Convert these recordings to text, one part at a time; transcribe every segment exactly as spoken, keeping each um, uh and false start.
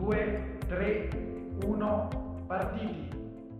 due, tre, uno, partiti.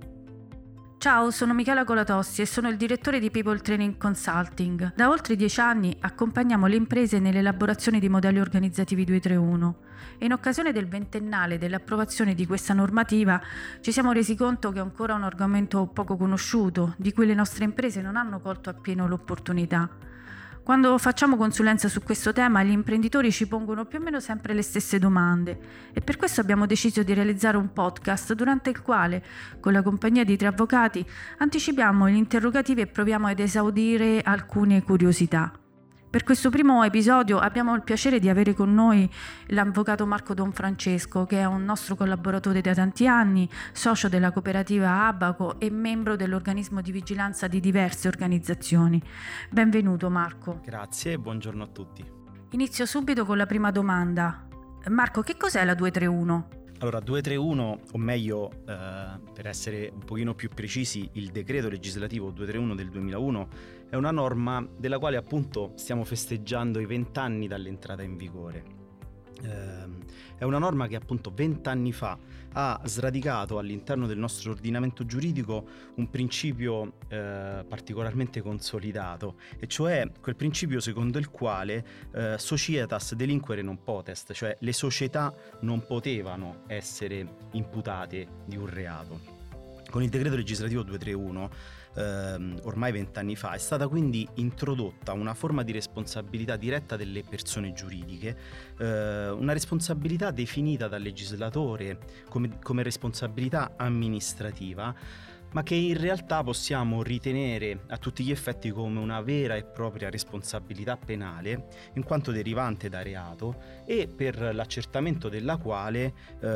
Ciao, sono Michela Colatossi e sono il direttore di People Training Consulting. Da oltre dieci anni accompagniamo le imprese nell'elaborazione di modelli organizzativi duecentotrentuno e in occasione del ventennale dell'approvazione di questa normativa ci siamo resi conto che è ancora un argomento poco conosciuto, di cui le nostre imprese non hanno colto appieno l'opportunità. Quando facciamo consulenza su questo tema, gli imprenditori ci pongono più o meno sempre le stesse domande e per questo abbiamo deciso di realizzare un podcast durante il quale, con la compagnia di tre avvocati, anticipiamo gli interrogativi e proviamo ad esaudire alcune curiosità. Per questo primo episodio abbiamo il piacere di avere con noi l'avvocato Marco Don Francesco, che è un nostro collaboratore da tanti anni, socio della cooperativa Abaco e membro dell'organismo di vigilanza di diverse organizzazioni. Benvenuto Marco. Grazie e buongiorno a tutti. Inizio subito con la prima domanda. Marco, che cos'è la duecentotrentuno? Allora, duecentotrentuno, o meglio, eh, per essere un pochino più precisi, il decreto legislativo duecentotrentuno del duemilauno è una norma della quale appunto stiamo festeggiando i vent'anni dall'entrata in vigore. Eh, è una norma che appunto vent'anni fa ha sradicato all'interno del nostro ordinamento giuridico un principio eh, particolarmente consolidato, e cioè quel principio secondo il quale eh, societas delinquere non potest, cioè le società non potevano essere imputate di un reato. Con il decreto legislativo duecentotrentuno, ehm, ormai vent'anni fa, è stata quindi introdotta una forma di responsabilità diretta delle persone giuridiche, eh, una responsabilità definita dal legislatore come, come responsabilità amministrativa, ma che in realtà possiamo ritenere a tutti gli effetti come una vera e propria responsabilità penale, in quanto derivante da reato, e per l'accertamento della quale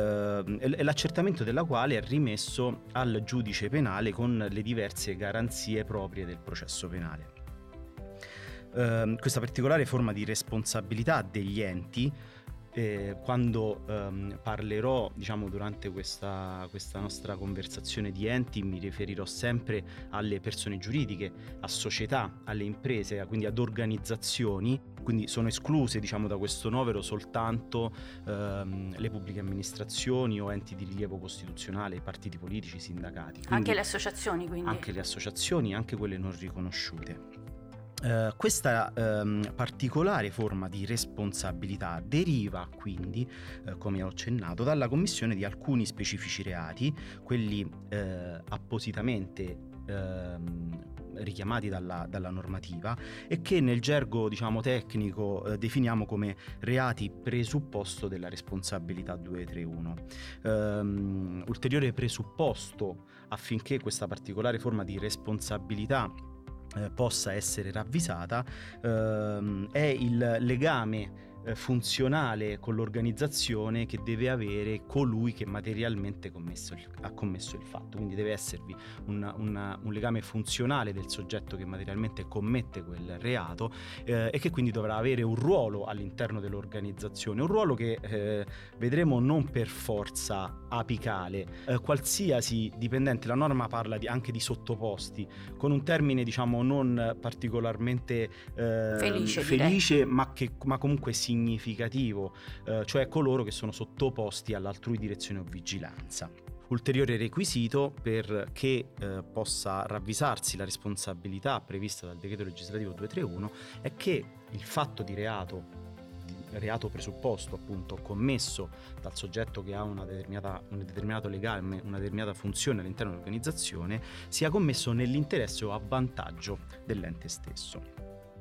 eh, l'accertamento della quale è rimesso al giudice penale con le diverse garanzie proprie del processo penale. Eh, questa particolare forma di responsabilità degli enti, Eh, quando ehm, parlerò, diciamo, durante questa, questa nostra conversazione di enti, mi riferirò sempre alle persone giuridiche, a società, alle imprese, quindi ad organizzazioni. Quindi sono escluse, diciamo, da questo novero soltanto ehm, le pubbliche amministrazioni o enti di rilievo costituzionale, i partiti politici, i sindacati. Quindi anche le associazioni, quindi? Anche le associazioni, anche quelle non riconosciute. Uh, questa um, particolare forma di responsabilità deriva quindi, uh, come ho accennato, dalla commissione di alcuni specifici reati, quelli uh, appositamente uh, richiamati dalla, dalla normativa e che nel gergo, diciamo, tecnico uh, definiamo come reati presupposto della responsabilità duecentotrentuno. Um, ulteriore presupposto affinché questa particolare forma di responsabilità Eh, possa essere ravvisata ehm, è il legame eh, funzionale con l'organizzazione che deve avere colui che materialmente commesso il, ha commesso il fatto. Quindi deve esservi una, una, un legame funzionale del soggetto che materialmente commette quel reato eh, e che quindi dovrà avere un ruolo all'interno dell'organizzazione, un ruolo che eh, vedremo non per forza apicale, eh, qualsiasi dipendente. La norma parla di, anche di sottoposti, con un termine, diciamo, non particolarmente eh, felice, felice ma, che, ma comunque significativo, eh, cioè coloro che sono sottoposti all'altrui direzione o vigilanza. Ulteriore requisito perché eh, possa ravvisarsi la responsabilità prevista dal decreto legislativo duecentotrentuno è che il fatto di reato reato presupposto, appunto, commesso dal soggetto che ha una determinata, un determinato legame, una determinata funzione all'interno dell'organizzazione, sia commesso nell'interesse o a vantaggio dell'ente stesso.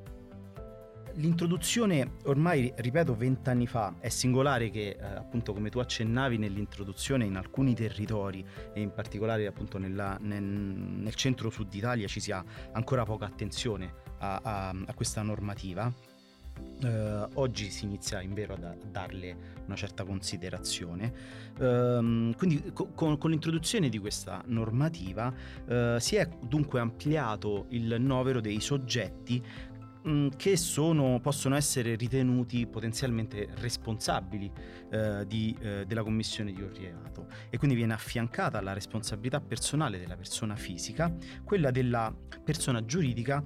L'introduzione, ormai, ripeto, vent'anni fa, è singolare che eh, appunto, come tu accennavi nell'introduzione, in alcuni territori e in particolare appunto nella, nel, nel centro-sud Italia ci sia ancora poca attenzione a, a, a questa normativa. Uh, oggi si inizia invero a darle una certa considerazione, uh, quindi co- con, con l'introduzione di questa normativa uh, si è dunque ampliato il novero dei soggetti mh, che sono, possono essere ritenuti potenzialmente responsabili uh, di, uh, della commissione di un reato, e quindi viene affiancata alla responsabilità personale della persona fisica quella della persona giuridica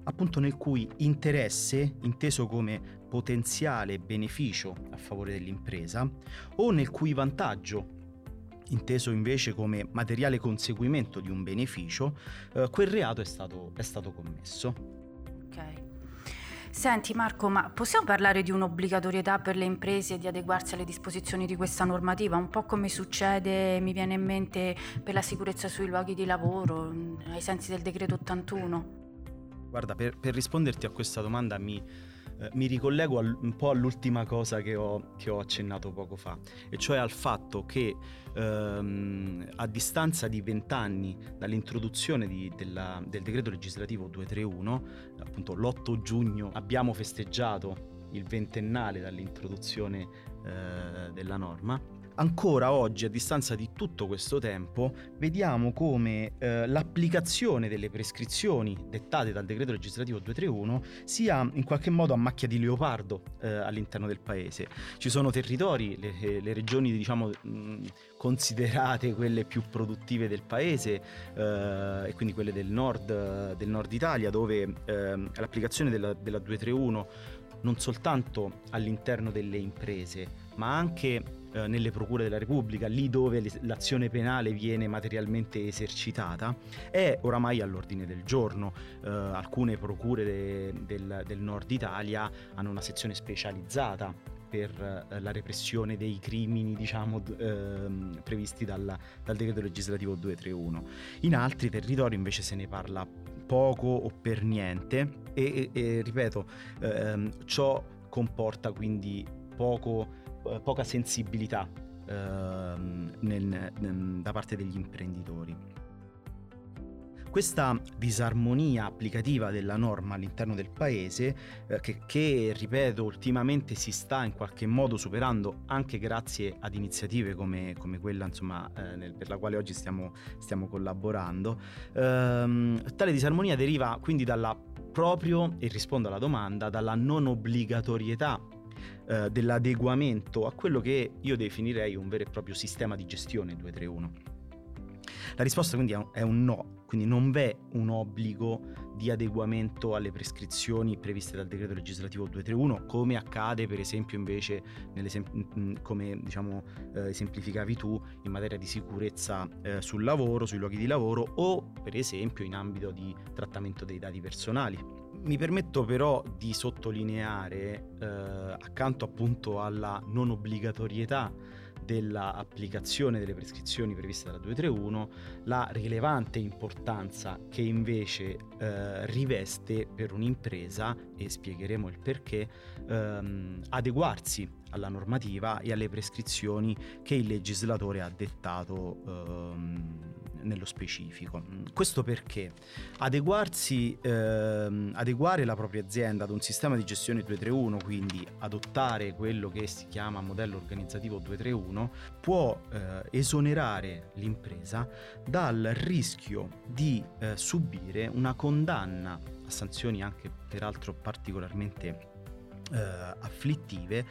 appunto nel cui interesse, inteso come potenziale beneficio a favore dell'impresa, o nel cui vantaggio, inteso invece come materiale conseguimento di un beneficio, eh, quel reato è stato, è stato commesso. Ok. Senti Marco, ma possiamo parlare di un'obbligatorietà per le imprese di adeguarsi alle disposizioni di questa normativa? Un po' come succede, mi viene in mente, per la sicurezza sui luoghi di lavoro, ai sensi del decreto ottantuno? Guarda, per, per risponderti a questa domanda mi... Eh, mi ricollego al, un po' all'ultima cosa che ho, che ho accennato poco fa, e cioè al fatto che ehm, a distanza di vent'anni dall'introduzione di, della, del decreto legislativo duecentotrentuno, appunto l'otto giugno abbiamo festeggiato il ventennale dall'introduzione eh, della norma. Ancora oggi, a distanza di tutto questo tempo, vediamo come eh, l'applicazione delle prescrizioni dettate dal decreto legislativo duecentotrentuno sia in qualche modo a macchia di leopardo eh, all'interno del paese. Ci sono territori, le, le regioni diciamo mh, considerate quelle più produttive del paese eh, e quindi quelle del nord, del nord Italia, dove eh, l'applicazione della, della duecentotrentuno non soltanto all'interno delle imprese, ma anche eh, nelle procure della Repubblica, lì dove l'azione penale viene materialmente esercitata, è oramai all'ordine del giorno. Eh, alcune procure de, del, del nord Italia hanno una sezione specializzata per eh, la repressione dei crimini, diciamo, ehm, previsti dal, dal decreto legislativo duecentotrentuno. In altri territori invece se ne parla poco o per niente e, e, e ripeto, ehm, ciò comporta quindi poco, eh, poca sensibilità ehm, nel, nel, da parte degli imprenditori. Questa disarmonia applicativa della norma all'interno del paese, eh, che, che, ripeto, ultimamente si sta in qualche modo superando anche grazie ad iniziative come, come quella, insomma, eh, nel, per la quale oggi stiamo, stiamo collaborando, ehm, tale disarmonia deriva quindi dalla proprio, e rispondo alla domanda, dalla non obbligatorietà eh, dell'adeguamento a quello che io definirei un vero e proprio sistema di gestione duecentotrentuno. La risposta quindi è un no, quindi non v'è un obbligo di adeguamento alle prescrizioni previste dal decreto legislativo duecentotrentuno, come accade per esempio invece, come diciamo eh, esemplificavi tu, in materia di sicurezza eh, sul lavoro, sui luoghi di lavoro, o per esempio in ambito di trattamento dei dati personali. Mi permetto però di sottolineare, eh, accanto appunto alla non obbligatorietà dell'applicazione delle prescrizioni previste dalla duecentotrentuno, la rilevante importanza che invece eh, riveste per un'impresa, e spiegheremo il perché, ehm, adeguarsi alla normativa e alle prescrizioni che il legislatore ha dettato ehm, nello specifico. Questo perché adeguarsi, ehm, adeguare la propria azienda ad un sistema di gestione duecentotrentuno, quindi adottare quello che si chiama modello organizzativo duecentotrentuno, può eh, esonerare l'impresa dal rischio di eh, subire una condanna a sanzioni anche peraltro particolarmente Uh, afflittive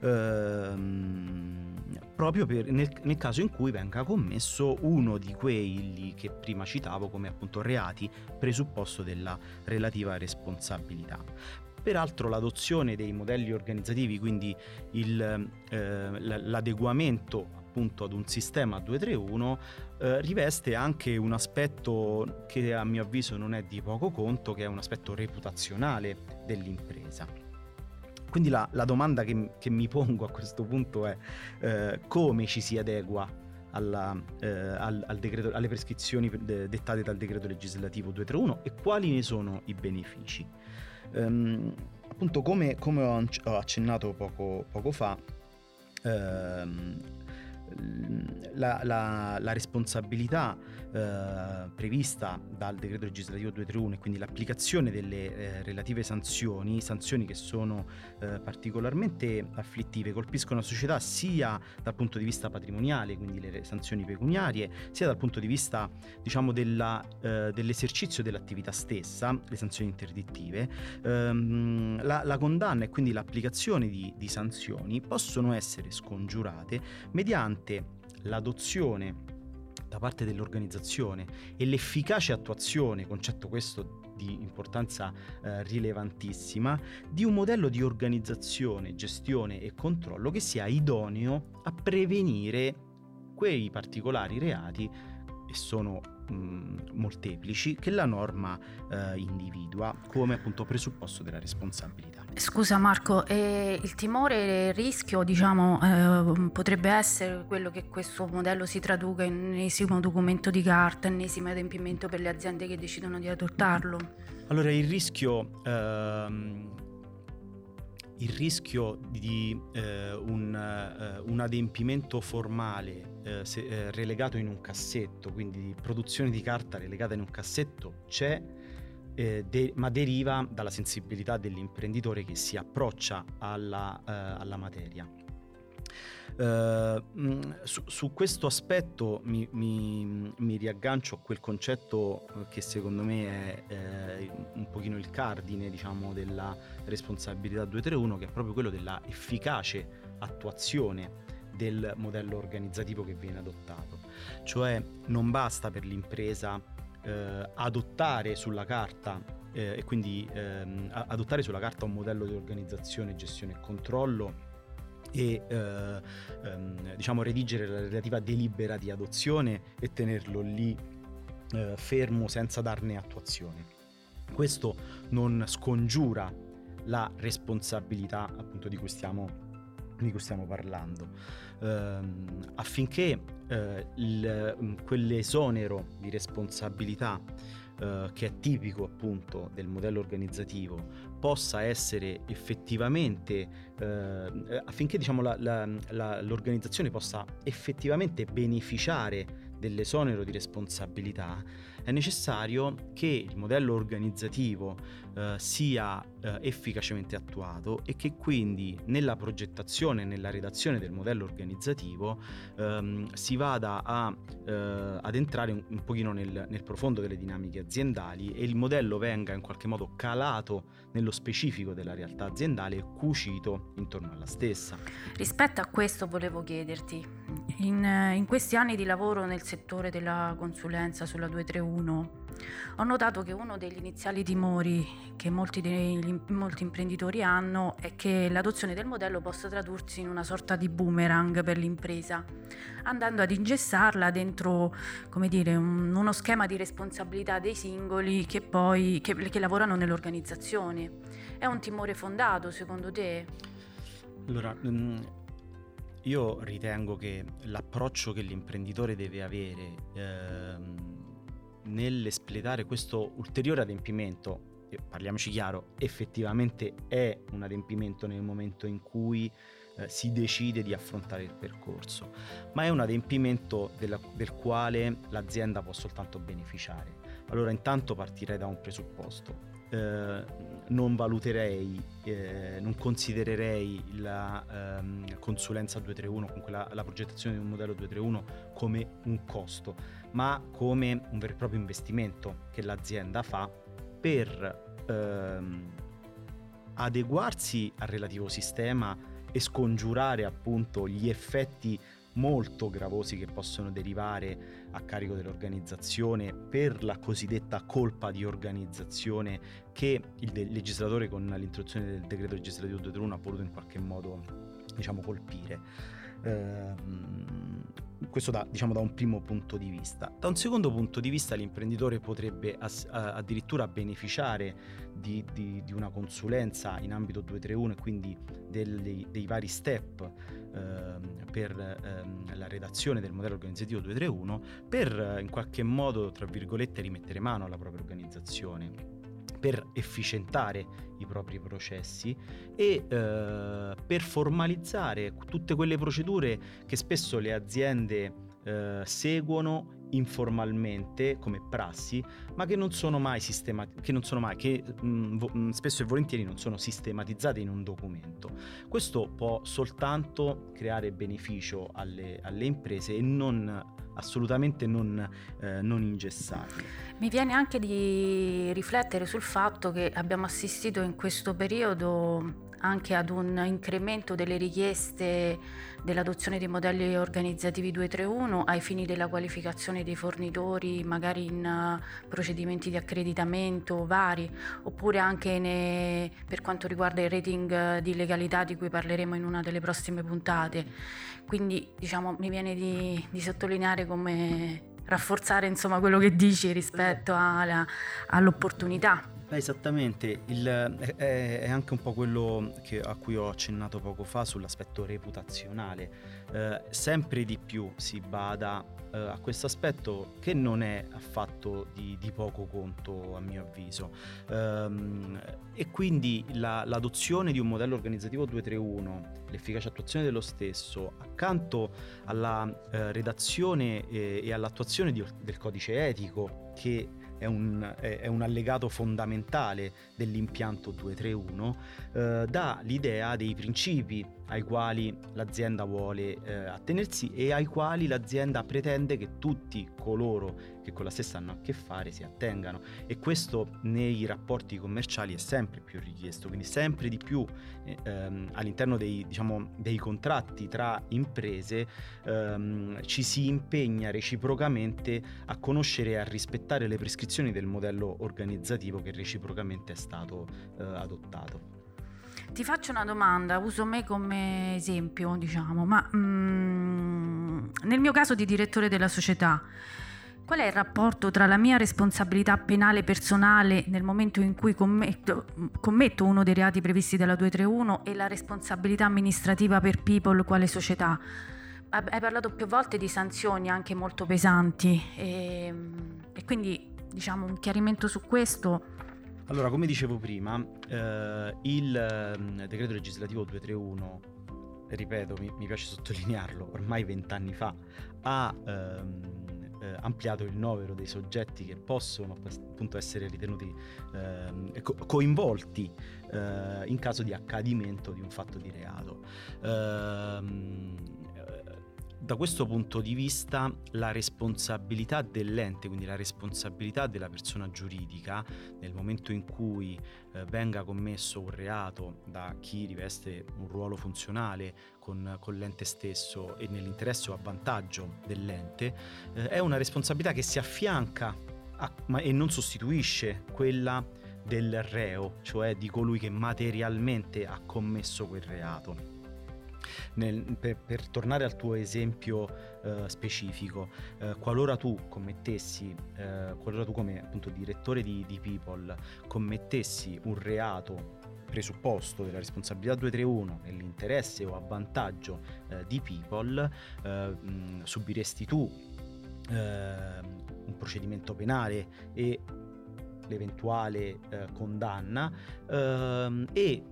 uh, proprio per, nel, nel caso in cui venga commesso uno di quelli che prima citavo come appunto reati presupposto della relativa responsabilità. Peraltro l'adozione dei modelli organizzativi, quindi il, uh, l'adeguamento appunto ad un sistema duecentotrentuno, uh, riveste anche un aspetto che a mio avviso non è di poco conto, che è un aspetto reputazionale dell'impresa. Quindi la, la domanda che, che mi pongo a questo punto è eh, come ci si adegua alla, eh, al, al decreto, alle prescrizioni de, dettate dal decreto legislativo duecentotrentuno e quali ne sono i benefici. Ehm, appunto come, come ho accennato poco, poco fa, ehm, La, la, la responsabilità eh, prevista dal decreto legislativo duecentotrentuno e quindi l'applicazione delle eh, relative sanzioni, sanzioni che sono eh, particolarmente afflittive, colpiscono la società sia dal punto di vista patrimoniale, quindi le sanzioni pecuniarie, sia dal punto di vista diciamo della, eh, dell'esercizio dell'attività stessa, le sanzioni interdittive. Ehm, la, la condanna e quindi l'applicazione di, di sanzioni possono essere scongiurate mediante l'adozione da parte dell'organizzazione e l'efficace attuazione, concetto questo di importanza eh, rilevantissima, di un modello di organizzazione, gestione e controllo che sia idoneo a prevenire quei particolari reati, e sono mh, molteplici, che la norma eh, individua come appunto presupposto della responsabilità. Scusa Marco, eh, il timore, il rischio, diciamo, eh, potrebbe essere quello che questo modello si traduca in un ennesimo documento di carta, ennesimo adempimento per le aziende che decidono di adottarlo? Allora, il rischio ehm, il rischio di eh, un, eh, un adempimento formale eh, se, eh, relegato in un cassetto, quindi di produzione di carta relegata in un cassetto, c'è, eh, de- ma deriva dalla sensibilità dell'imprenditore che si approccia alla, eh, alla materia. Uh, su, su questo aspetto mi, mi, mi riaggancio a quel concetto che secondo me è eh, un pochino il cardine, diciamo, della responsabilità duecentotrentuno, che è proprio quello della efficace attuazione del modello organizzativo che viene adottato. Cioè non basta per l'impresa eh, adottare sulla carta eh, e quindi ehm, adottare sulla carta un modello di organizzazione, gestione e controllo e eh, ehm, diciamo redigere la relativa delibera di adozione e tenerlo lì eh, fermo senza darne attuazione. Questo non scongiura la responsabilità appunto di cui stiamo, di cui stiamo parlando, ehm, affinché eh, il, quell'esonero di responsabilità eh, che è tipico appunto del modello organizzativo possa essere effettivamente eh, affinché diciamo la, la, la, l'organizzazione possa effettivamente beneficiare dell'esonero di responsabilità, è necessario che il modello organizzativo eh, sia eh, efficacemente attuato e che quindi nella progettazione e nella redazione del modello organizzativo ehm, si vada a, eh, ad entrare un, un pochino nel, nel profondo delle dinamiche aziendali e il modello venga in qualche modo calato nello specifico della realtà aziendale e cucito intorno alla stessa. Rispetto a questo volevo chiederti, in, in questi anni di lavoro nel settore della consulenza sulla duecentotrentuno ho notato che uno degli iniziali timori che molti, dei, molti imprenditori hanno è che l'adozione del modello possa tradursi in una sorta di boomerang per l'impresa, andando ad ingessarla dentro, come dire, un, uno schema di responsabilità dei singoli che poi che, che lavorano nell'organizzazione. È un timore fondato secondo te? Allora, io ritengo che l'approccio che l'imprenditore deve avere ehm, nell'espletare questo ulteriore adempimento, parliamoci chiaro, effettivamente è un adempimento nel momento in cui eh, si decide di affrontare il percorso, ma è un adempimento della, del quale l'azienda può soltanto beneficiare. Allora intanto partirei da un presupposto. Eh, non valuterei, eh, non considererei la ehm, consulenza duecentotrentuno, comunque la, la progettazione di un modello duecentotrentuno come un costo, ma come un vero e proprio investimento che l'azienda fa per ehm, adeguarsi al relativo sistema e scongiurare appunto gli effetti molto gravosi che possono derivare a carico dell'organizzazione per la cosiddetta colpa di organizzazione che il de- legislatore con l'introduzione del decreto legislativo duecentotrentuno ha voluto in qualche modo, diciamo, colpire. Ehm, questo da, diciamo, da un primo punto di vista. Da un secondo punto di vista l'imprenditore potrebbe ass- addirittura beneficiare di, di, di una consulenza in ambito duecentotrentuno e quindi dei, dei vari step ehm, per ehm, la redazione del modello organizzativo duecentotrentuno per in qualche modo, tra virgolette, rimettere mano alla propria organizzazione, per efficientare i propri processi e eh, per formalizzare tutte quelle procedure che spesso le aziende eh, seguono informalmente come prassi, ma che non sono mai sistematizzate, che non sono mai, che mh, vo- spesso e volentieri non sono sistematizzate in un documento. Questo può soltanto creare beneficio alle, alle imprese e non assolutamente non, eh, non ingessarli. Mi viene anche di riflettere sul fatto che abbiamo assistito in questo periodo anche ad un incremento delle richieste dell'adozione dei modelli organizzativi duecentotrentuno ai fini della qualificazione dei fornitori, magari in uh, procedimenti di accreditamento vari, oppure anche ne, per quanto riguarda il rating uh, di legalità di cui parleremo in una delle prossime puntate. Quindi diciamo mi viene di, di sottolineare come rafforzare insomma quello che dici rispetto alla, all'opportunità. Beh, esattamente, il, è, è anche un po' quello che, a cui ho accennato poco fa sull'aspetto reputazionale. Eh, sempre di più si bada eh, a questo aspetto, che non è affatto di, di poco conto a mio avviso. Ehm, e quindi la, l'adozione di un modello organizzativo duecentotrentuno, l'efficace attuazione dello stesso, accanto alla eh, redazione e, e all'attuazione di, del codice etico, che È un, è un allegato fondamentale dell'impianto duecentotrentuno, eh, dà l'idea dei principi ai quali l'azienda vuole eh, attenersi e ai quali l'azienda pretende che tutti coloro che con la stessa hanno a che fare si attengano, e questo nei rapporti commerciali è sempre più richiesto, quindi sempre di più eh, ehm, all'interno dei, diciamo, dei contratti tra imprese ehm, ci si impegna reciprocamente a conoscere e a rispettare le prescrizioni del modello organizzativo che reciprocamente è stato eh, adottato. Ti faccio una domanda, uso me come esempio, diciamo, ma mm, nel mio caso di direttore della società, qual è il rapporto tra la mia responsabilità penale personale nel momento in cui commetto, commetto uno dei reati previsti dalla duecentotrentuno e la responsabilità amministrativa per People quale società? Hai parlato più volte di sanzioni anche molto pesanti e, e quindi diciamo un chiarimento su questo. Allora, come dicevo prima, eh, il eh, decreto legislativo duecentotrentuno, ripeto, mi, mi piace sottolinearlo, ormai vent'anni fa, ha ehm, eh, ampliato il novero dei soggetti che possono appunto essere ritenuti eh, co- coinvolti eh, in caso di accadimento di un fatto di reato. Ehm, Da questo punto di vista la responsabilità dell'ente, quindi la responsabilità della persona giuridica nel momento in cui eh, venga commesso un reato da chi riveste un ruolo funzionale con, con l'ente stesso e nell'interesse o a vantaggio dell'ente, eh, è una responsabilità che si affianca a, ma, e non sostituisce quella del reo, cioè di colui che materialmente ha commesso quel reato. Nel, per, per tornare al tuo esempio eh, specifico, eh, qualora tu commettessi, eh, qualora tu come appunto direttore di, di People commettessi un reato presupposto della responsabilità duecentotrentuno nell'interesse o a vantaggio eh, di People, eh, mh, subiresti tu eh, un procedimento penale e l'eventuale eh, condanna ehm, e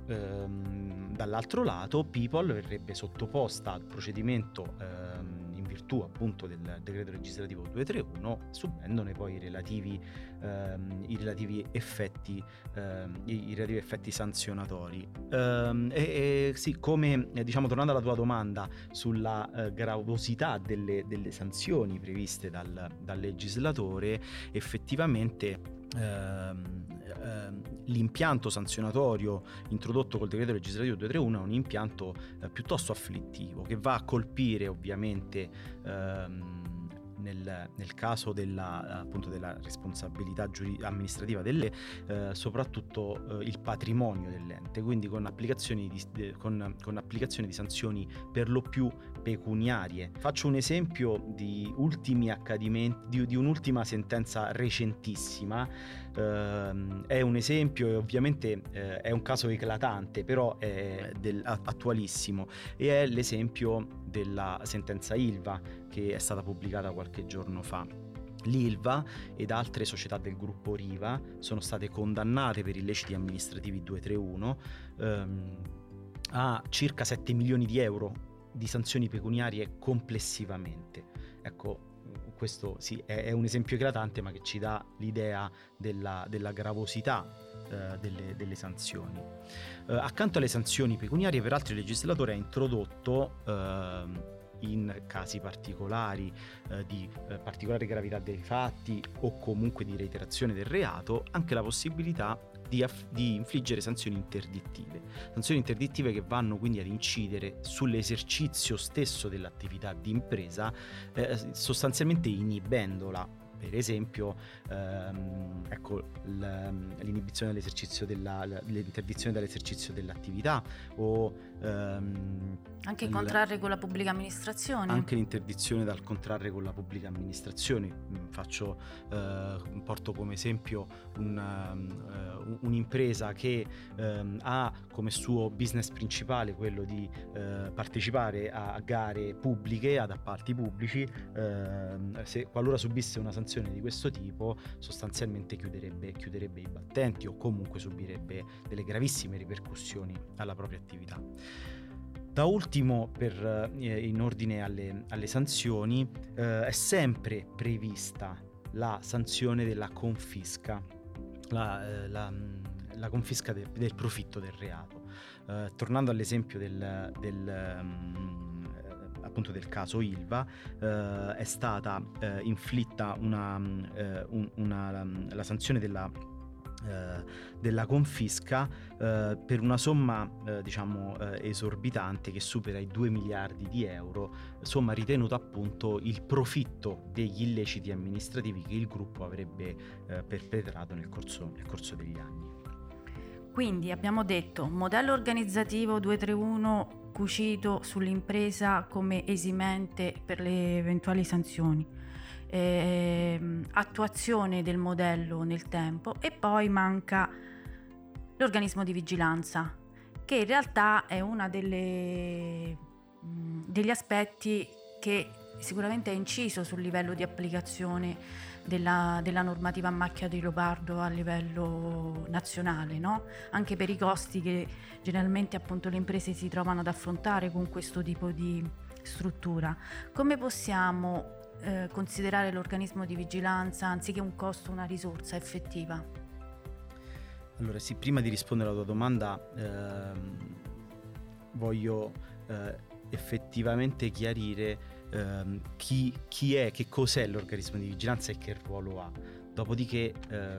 Ehm, dall'altro lato People verrebbe sottoposta al procedimento ehm, in virtù appunto del decreto legislativo duecentotrentuno, subendone poi i relativi, ehm, i relativi effetti ehm, i, i relativi effetti sanzionatori. Ehm, e, e sì, come eh, diciamo, tornando alla tua domanda sulla eh, gravosità delle, delle sanzioni previste dal, dal legislatore, effettivamente ehm, ehm, l'impianto sanzionatorio introdotto col decreto legislativo duecentotrentuno è un impianto eh, piuttosto afflittivo, che va a colpire ovviamente ehm, nel, nel caso della, appunto, della responsabilità giuri- amministrativa delle eh, soprattutto eh, il patrimonio dell'ente, quindi con applicazioni di, de, con, con applicazioni di sanzioni per lo più pecuniarie. Faccio un esempio di ultimi accadimenti, di, di un'ultima sentenza recentissima. Uh, è un esempio e ovviamente uh, è un caso eclatante, però è del, attualissimo, e è l'esempio della sentenza Ilva che è stata pubblicata qualche giorno fa. L'Ilva ed altre società del gruppo Riva sono state condannate per illeciti amministrativi duecentotrentuno um, a circa sette milioni di euro di sanzioni pecuniarie complessivamente. Ecco, questo sì, è, è un esempio eclatante, ma che ci dà l'idea della, della gravosità eh, delle, delle sanzioni. Eh, accanto alle sanzioni pecuniarie, peraltro, il legislatore ha introdotto eh, in casi particolari eh, di eh, particolare gravità dei fatti o comunque di reiterazione del reato anche la possibilità di, aff- di infliggere sanzioni interdittive. Sanzioni interdittive che vanno quindi ad incidere sull'esercizio stesso dell'attività di impresa, eh, sostanzialmente inibendola. Per esempio, ehm, ecco, l'inibizione dell'esercizio della, l'interdizione dall'esercizio dell'attività o ehm, anche il, contrarre con la pubblica amministrazione. Anche l'interdizione dal contrarre con la pubblica amministrazione. Faccio, eh, porto come esempio un, uh, un'impresa che um, ha come suo business principale quello di uh, partecipare a gare pubbliche, ad appalti pubblici. Uh, se qualora subisse una sanzione di questo tipo, sostanzialmente chiuderebbe, chiuderebbe i battenti o comunque subirebbe delle gravissime ripercussioni alla propria attività. Da ultimo, per, eh, in ordine alle, alle sanzioni, eh, è sempre prevista la sanzione della confisca, la, eh, la, la confisca de, del profitto del reato. Eh, tornando all'esempio del, del um, appunto del caso Ilva, eh, è stata eh, inflitta una, eh, un, una, la sanzione della, eh, della confisca eh, per una somma eh, diciamo eh, esorbitante che supera i due miliardi di euro, somma ritenuta appunto il profitto degli illeciti amministrativi che il gruppo avrebbe eh, perpetrato nel corso, nel corso degli anni. Quindi abbiamo detto modello organizzativo duecentotrentuno cucito sull'impresa come esimente per le eventuali sanzioni, eh, attuazione del modello nel tempo, e poi manca l'organismo di vigilanza, che in realtà è una delle mh, degli aspetti che sicuramente è inciso sul livello di applicazione della, della normativa a macchia di leopardo a livello nazionale, no? Anche per i costi che generalmente appunto le imprese si trovano ad affrontare con questo tipo di struttura. Come possiamo eh, considerare l'organismo di vigilanza anziché un costo, una risorsa effettiva? Allora sì, prima di rispondere alla tua domanda ehm, voglio eh, effettivamente chiarire ehm, chi, chi è, che cos'è l'organismo di vigilanza e che ruolo ha. Dopodiché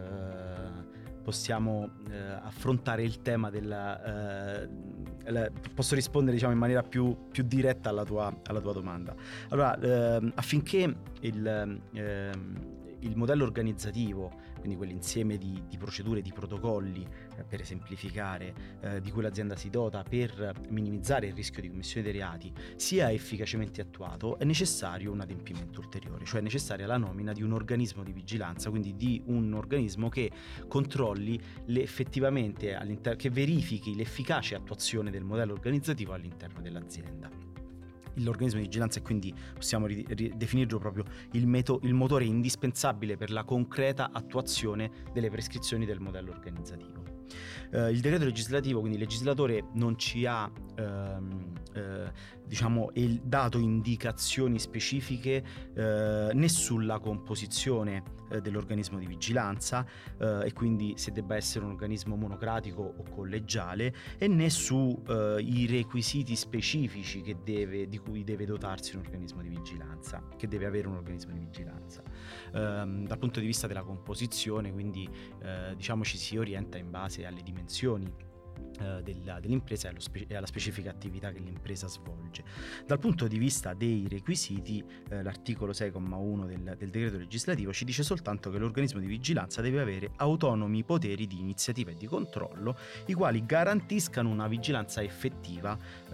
eh, possiamo eh, affrontare il tema della... Eh, la, posso rispondere diciamo in maniera più, più diretta alla tua, alla tua domanda. Allora, ehm, affinché il... Ehm, il modello organizzativo, quindi quell'insieme di, di procedure, di protocolli eh, per esemplificare, eh, di cui l'azienda si dota per minimizzare il rischio di commissione dei reati, sia efficacemente attuato, è necessario un adempimento ulteriore, cioè è necessaria la nomina di un organismo di vigilanza, quindi di un organismo che controlli le, effettivamente, che verifichi l'efficace attuazione del modello organizzativo all'interno dell'azienda. L'organismo di vigilanza è quindi, possiamo definirlo proprio il, meto- il motore indispensabile per la concreta attuazione delle prescrizioni del modello organizzativo. Uh, il decreto legislativo, quindi il legislatore non ci ha ehm, eh, diciamo el- dato indicazioni specifiche eh, né sulla composizione eh, dell'organismo di vigilanza eh, e quindi se debba essere un organismo monocratico o collegiale, e né su eh, i requisiti specifici che deve, di cui deve dotarsi un organismo di vigilanza, che deve avere un organismo di vigilanza. Um, dal punto di vista della composizione, quindi eh, diciamo ci si orienta in base alle dimensioni eh, della, dell'impresa e, allo spe- e alla specifica attività che l'impresa svolge. Dal punto di vista dei requisiti, eh, l'articolo sei comma uno del, del decreto legislativo ci dice soltanto che l'organismo di vigilanza deve avere autonomi poteri di iniziativa e di controllo, i quali garantiscano una vigilanza effettiva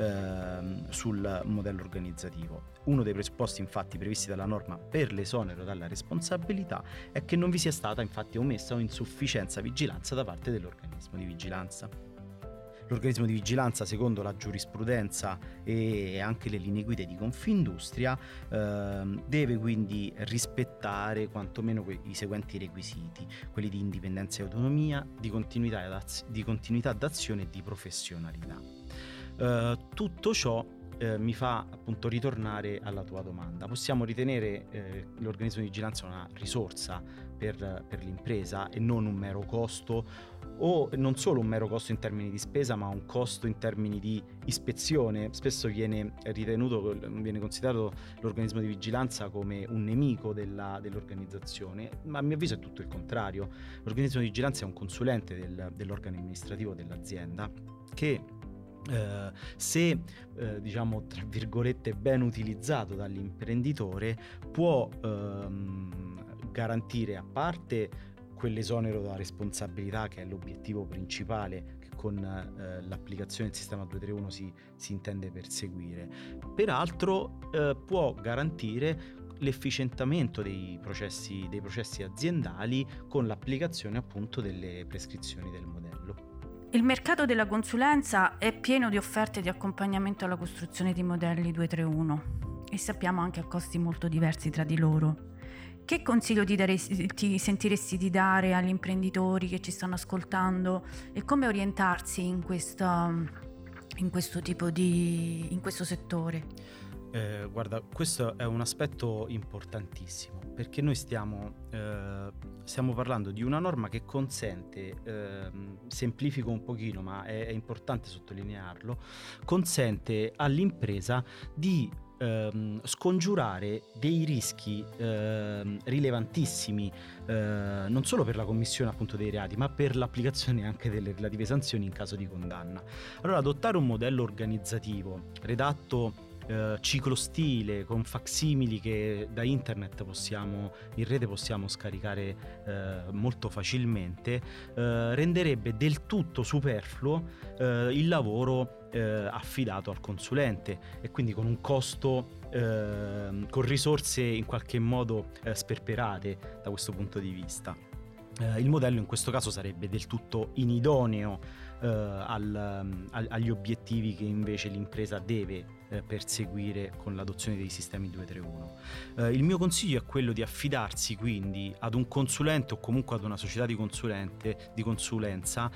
eh, sul modello organizzativo. Uno dei presupposti infatti previsti dalla norma per l'esonero dalla responsabilità è che non vi sia stata infatti omessa o insufficienza vigilanza da parte dell'organismo di vigilanza. L'organismo di vigilanza, secondo la giurisprudenza e anche le linee guida di Confindustria, eh, deve quindi rispettare quantomeno que- i seguenti requisiti: quelli di indipendenza e autonomia, di continuità, d'az- di continuità d'azione e di professionalità. Eh, tutto ciò Eh, mi fa appunto ritornare alla tua domanda. Possiamo ritenere eh, l'organismo di vigilanza una risorsa per, per l'impresa e non un mero costo o non solo un mero costo in termini di spesa, ma un costo in termini di ispezione. Spesso viene ritenuto, viene considerato l'organismo di vigilanza come un nemico della, dell'organizzazione, ma a mio avviso è tutto il contrario. L'organismo di vigilanza è un consulente del, dell'organo amministrativo dell'azienda che Uh, se uh, diciamo tra virgolette ben utilizzato dall'imprenditore può uh, garantire, a parte quell'esonero dalla responsabilità che è l'obiettivo principale che con uh, l'applicazione del sistema due tre uno si, si intende perseguire, peraltro uh, può garantire l'efficientamento dei processi, dei processi aziendali con l'applicazione appunto delle prescrizioni del modello. Il mercato della consulenza è pieno di offerte di accompagnamento alla costruzione di modelli due tre uno e sappiamo anche a costi molto diversi tra di loro. Che consiglio ti, daresti, ti sentiresti di dare agli imprenditori che ci stanno ascoltando e come orientarsi in questo, in questo tipo di in questo settore? Eh, guarda, questo è un aspetto importantissimo, perché noi stiamo, eh, stiamo parlando di una norma che consente, eh, semplifico un pochino, ma è, è importante sottolinearlo, consente all'impresa di ehm, scongiurare dei rischi ehm, rilevantissimi, eh, non solo per la commissione appunto dei reati, ma per l'applicazione anche delle relative sanzioni in caso di condanna. Allora, adottare un modello organizzativo redatto Uh, ciclostile con facsimili che da internet possiamo in rete possiamo scaricare uh, molto facilmente uh, renderebbe del tutto superfluo uh, il lavoro uh, affidato al consulente e quindi con un costo uh, con risorse in qualche modo uh, sperperate da questo punto di vista. Uh, il modello in questo caso sarebbe del tutto inidoneo uh, al, al, agli obiettivi che invece l'impresa deve perseguire con l'adozione dei sistemi due tre uno. Eh, il mio consiglio è quello di affidarsi quindi ad un consulente o comunque ad una società di consulente di consulenza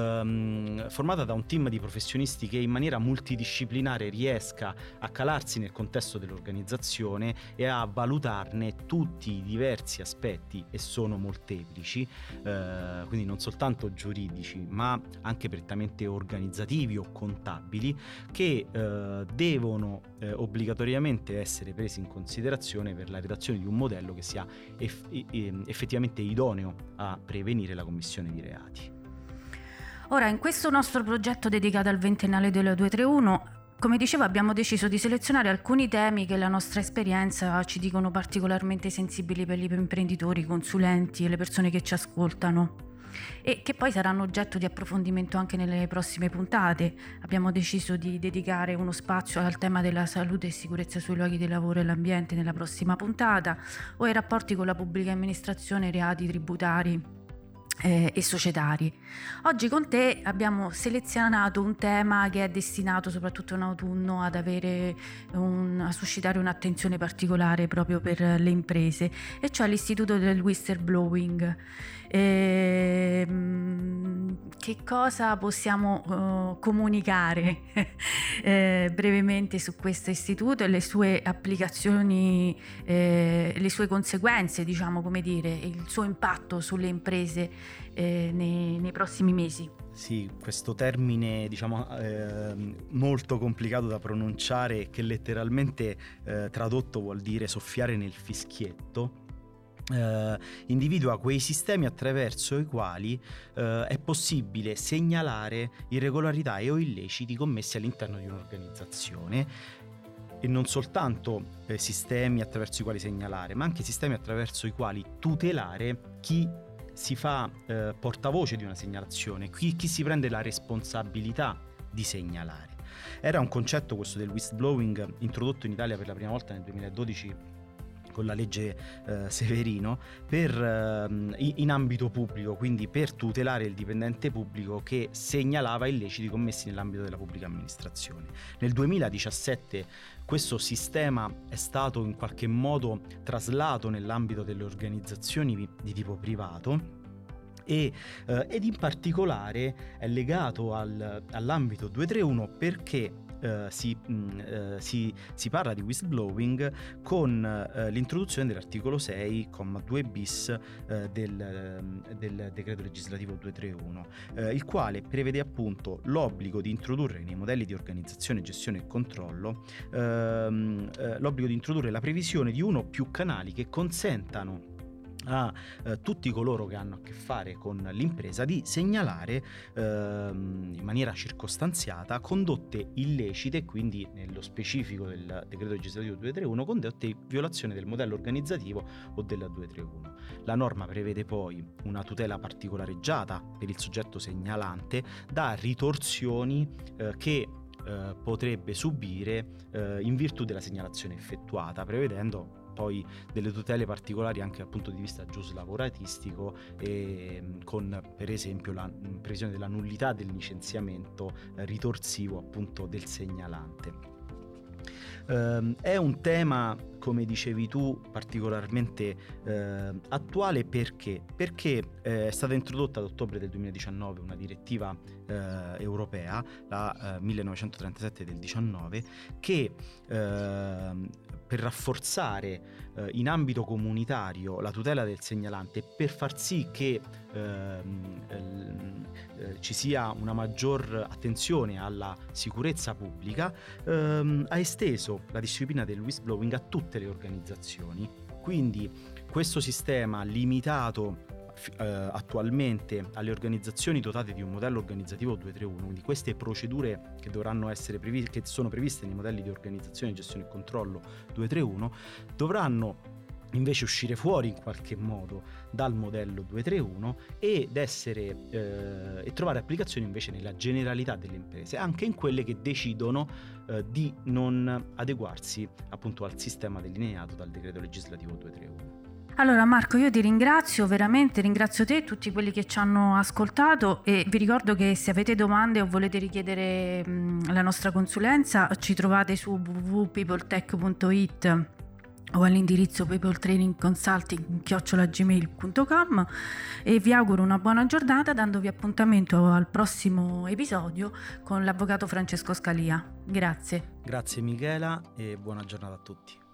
ehm, formata da un team di professionisti che in maniera multidisciplinare riesca a calarsi nel contesto dell'organizzazione e a valutarne tutti i diversi aspetti, e sono molteplici, eh, quindi non soltanto giuridici ma anche prettamente organizzativi o contabili, che eh, devono Eh, obbligatoriamente essere presi in considerazione per la redazione di un modello che sia eff- effettivamente idoneo a prevenire la commissione di reati. Ora, in questo nostro progetto dedicato al ventennale della due tre uno, come dicevo, abbiamo deciso di selezionare alcuni temi che la nostra esperienza ci dicono particolarmente sensibili per gli imprenditori, i consulenti e le persone che ci ascoltano, e che poi saranno oggetto di approfondimento anche nelle prossime puntate. Abbiamo deciso di dedicare uno spazio al tema della salute e sicurezza sui luoghi di lavoro e l'ambiente nella prossima puntata, o ai rapporti con la pubblica amministrazione, reati tributari eh, e societari. Oggi con te abbiamo selezionato un tema che è destinato soprattutto in autunno ad avere un, a suscitare un'attenzione particolare proprio per le imprese, e cioè l'istituto del whistleblowing. Eh, che cosa possiamo uh, comunicare eh, brevemente su questo istituto e le sue applicazioni, eh, le sue conseguenze, diciamo, come dire, il suo impatto sulle imprese eh, nei, nei prossimi mesi? Sì, questo termine diciamo eh, molto complicato da pronunciare, che letteralmente eh, tradotto vuol dire soffiare nel fischietto. Uh, individua quei sistemi attraverso i quali uh, è possibile segnalare irregolarità e o illeciti commessi all'interno di un'organizzazione, e non soltanto eh, sistemi attraverso i quali segnalare, ma anche sistemi attraverso i quali tutelare chi si fa eh, portavoce di una segnalazione, chi, chi si prende la responsabilità di segnalare. Era un concetto, questo del whistleblowing, introdotto in Italia per la prima volta nel duemiladodici con la legge eh, Severino, per, eh, in ambito pubblico, quindi per tutelare il dipendente pubblico che segnalava illeciti commessi nell'ambito della pubblica amministrazione. Nel duemiladiciassette questo sistema è stato in qualche modo traslato nell'ambito delle organizzazioni di tipo privato, e, eh, ed in particolare è legato al, all'ambito due tre uno perché eh, si, mh, eh, si, si parla di whistleblowing con eh, l'introduzione dell'articolo sei, comma due bis eh, del, del decreto legislativo duecentotrentuno, eh, il quale prevede appunto l'obbligo di introdurre nei modelli di organizzazione, gestione e controllo ehm, eh, l'obbligo di introdurre la previsione di uno o più canali che consentano a eh, tutti coloro che hanno a che fare con l'impresa di segnalare ehm, in maniera circostanziata condotte illecite, quindi nello specifico del decreto legislativo duecentotrentuno condotte in violazione del modello organizzativo o della duecentotrentuno. La norma prevede poi una tutela particolareggiata per il soggetto segnalante da ritorsioni eh, che eh, potrebbe subire eh, in virtù della segnalazione effettuata, prevedendo poi delle tutele particolari anche dal punto di vista giuslavoratistico, e con per esempio la previsione della nullità del licenziamento eh, ritorsivo appunto del segnalante. Uh, è un tema, come dicevi tu, particolarmente uh, attuale perché? Perché eh, è stata introdotta ad ottobre del duemiladiciannove una direttiva uh, europea, la uh, millenovecentotrentasette del diciannove, che uh, per rafforzare uh, in ambito comunitario la tutela del segnalante, per far sì che uh, uh, ci sia una maggior attenzione alla sicurezza pubblica, uh, ha esteso la disciplina del whistleblowing a tutte le organizzazioni. Quindi questo sistema limitato eh, attualmente alle organizzazioni dotate di un modello organizzativo duecentotrentuno, quindi queste procedure che dovranno essere previste, che sono previste nei modelli di organizzazione, gestione e controllo duecentotrentuno, dovranno invece uscire fuori in qualche modo dal modello duecentotrentuno ed essere eh, e trovare applicazioni invece nella generalità delle imprese, anche in quelle che decidono eh, di non adeguarsi appunto al sistema delineato dal decreto legislativo duecentotrentuno. Allora Marco, io ti ringrazio, veramente ringrazio te e tutti quelli che ci hanno ascoltato, e vi ricordo che se avete domande o volete richiedere mh, la nostra consulenza ci trovate su w w w punto peopletech punto it o all'indirizzo peopletrainingconsulting chiocciola gmail punto com, e vi auguro una buona giornata dandovi appuntamento al prossimo episodio con l'avvocato Francesco Scalia. Grazie. Grazie Michela e buona giornata a tutti.